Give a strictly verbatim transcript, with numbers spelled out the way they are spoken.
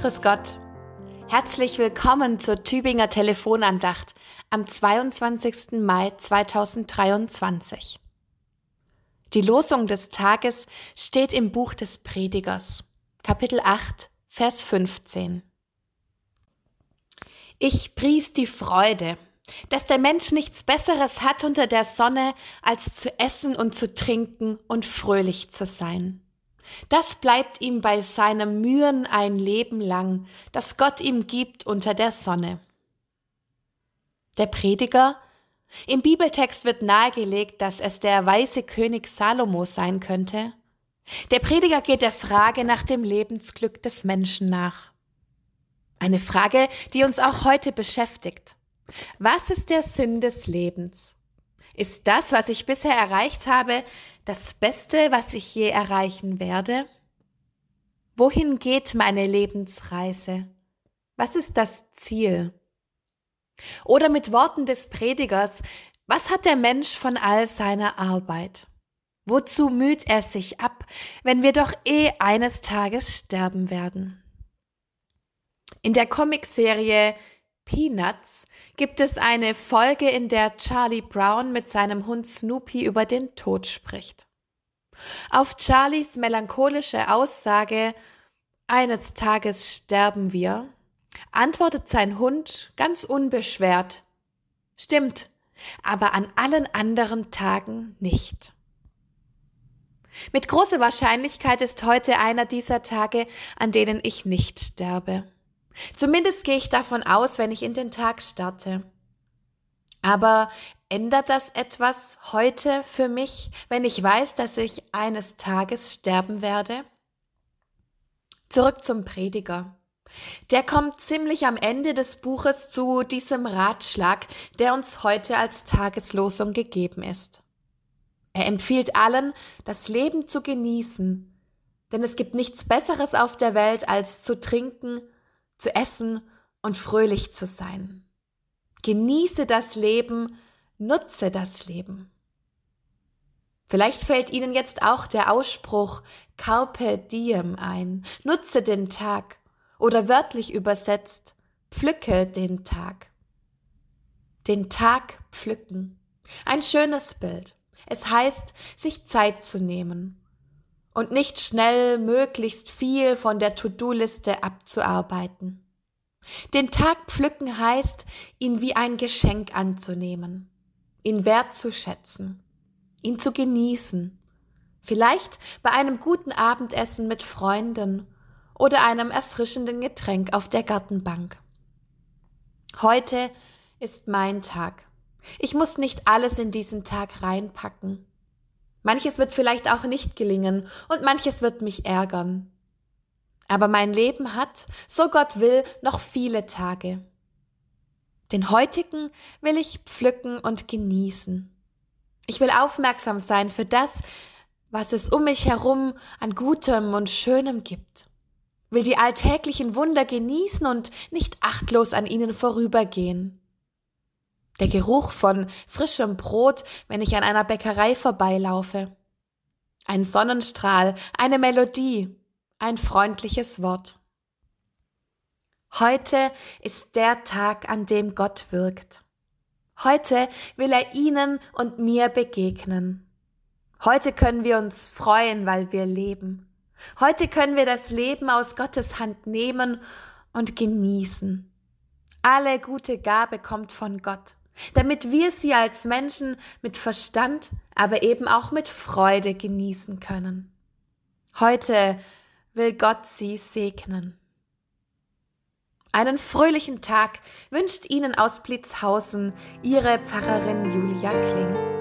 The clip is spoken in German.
Grüß Gott. Herzlich willkommen zur Tübinger Telefonandacht am zweiundzwanzigsten Mai zweitausenddreiundzwanzig. Die Losung des Tages steht im Buch des Predigers, Kapitel acht, Vers fünfzehn. Ich pries die Freude, dass der Mensch nichts Besseres hat unter der Sonne, als zu essen und zu trinken und fröhlich zu sein. Das bleibt ihm bei seinen Mühen ein Leben lang, das Gott ihm gibt unter der Sonne. Der Prediger? Im Bibeltext wird nahegelegt, dass es der weise König Salomo sein könnte. Der Prediger geht der Frage nach dem Lebensglück des Menschen nach. Eine Frage, die uns auch heute beschäftigt. Was ist der Sinn des Lebens? Ist das, was ich bisher erreicht habe, das Beste, was ich je erreichen werde? Wohin geht meine Lebensreise? Was ist das Ziel? Oder mit Worten des Predigers, was hat der Mensch von all seiner Arbeit? Wozu müht er sich ab, wenn wir doch eh eines Tages sterben werden? In der Comicserie Peanuts gibt es eine Folge, in der Charlie Brown mit seinem Hund Snoopy über den Tod spricht. Auf Charlies melancholische Aussage, eines Tages sterben wir, antwortet sein Hund ganz unbeschwert, stimmt, aber an allen anderen Tagen nicht. Mit großer Wahrscheinlichkeit ist heute einer dieser Tage, an denen ich nicht sterbe. Zumindest gehe ich davon aus, wenn ich in den Tag starte. Aber ändert das etwas heute für mich, wenn ich weiß, dass ich eines Tages sterben werde? Zurück zum Prediger. Der kommt ziemlich am Ende des Buches zu diesem Ratschlag, der uns heute als Tageslosung gegeben ist. Er empfiehlt allen, das Leben zu genießen, denn es gibt nichts Besseres auf der Welt, als zu trinken, zu essen und fröhlich zu sein. Genieße das Leben, nutze das Leben. Vielleicht fällt Ihnen jetzt auch der Ausspruch Carpe diem ein, nutze den Tag oder wörtlich übersetzt, pflücke den Tag. Den Tag pflücken. Ein schönes Bild. Es heißt, sich Zeit zu nehmen und nicht schnell möglichst viel von der To-Do-Liste abzuarbeiten. Den Tag pflücken heißt, ihn wie ein Geschenk anzunehmen, ihn wertzuschätzen, ihn zu genießen, vielleicht bei einem guten Abendessen mit Freunden oder einem erfrischenden Getränk auf der Gartenbank. Heute ist mein Tag. Ich muss nicht alles in diesen Tag reinpacken. Manches wird vielleicht auch nicht gelingen und manches wird mich ärgern. Aber mein Leben hat, so Gott will, noch viele Tage. Den heutigen will ich pflücken und genießen. Ich will aufmerksam sein für das, was es um mich herum an Gutem und Schönem gibt. Will die alltäglichen Wunder genießen und nicht achtlos an ihnen vorübergehen. Der Geruch von frischem Brot, wenn ich an einer Bäckerei vorbeilaufe. Ein Sonnenstrahl, eine Melodie, ein freundliches Wort. Heute ist der Tag, an dem Gott wirkt. Heute will er Ihnen und mir begegnen. Heute können wir uns freuen, weil wir leben. Heute können wir das Leben aus Gottes Hand nehmen und genießen. Alle gute Gabe kommt von Gott, damit wir sie als Menschen mit Verstand, aber eben auch mit Freude genießen können. Heute will Gott Sie segnen. Einen fröhlichen Tag wünscht Ihnen aus Blitzhausen Ihre Pfarrerin Julia Kling.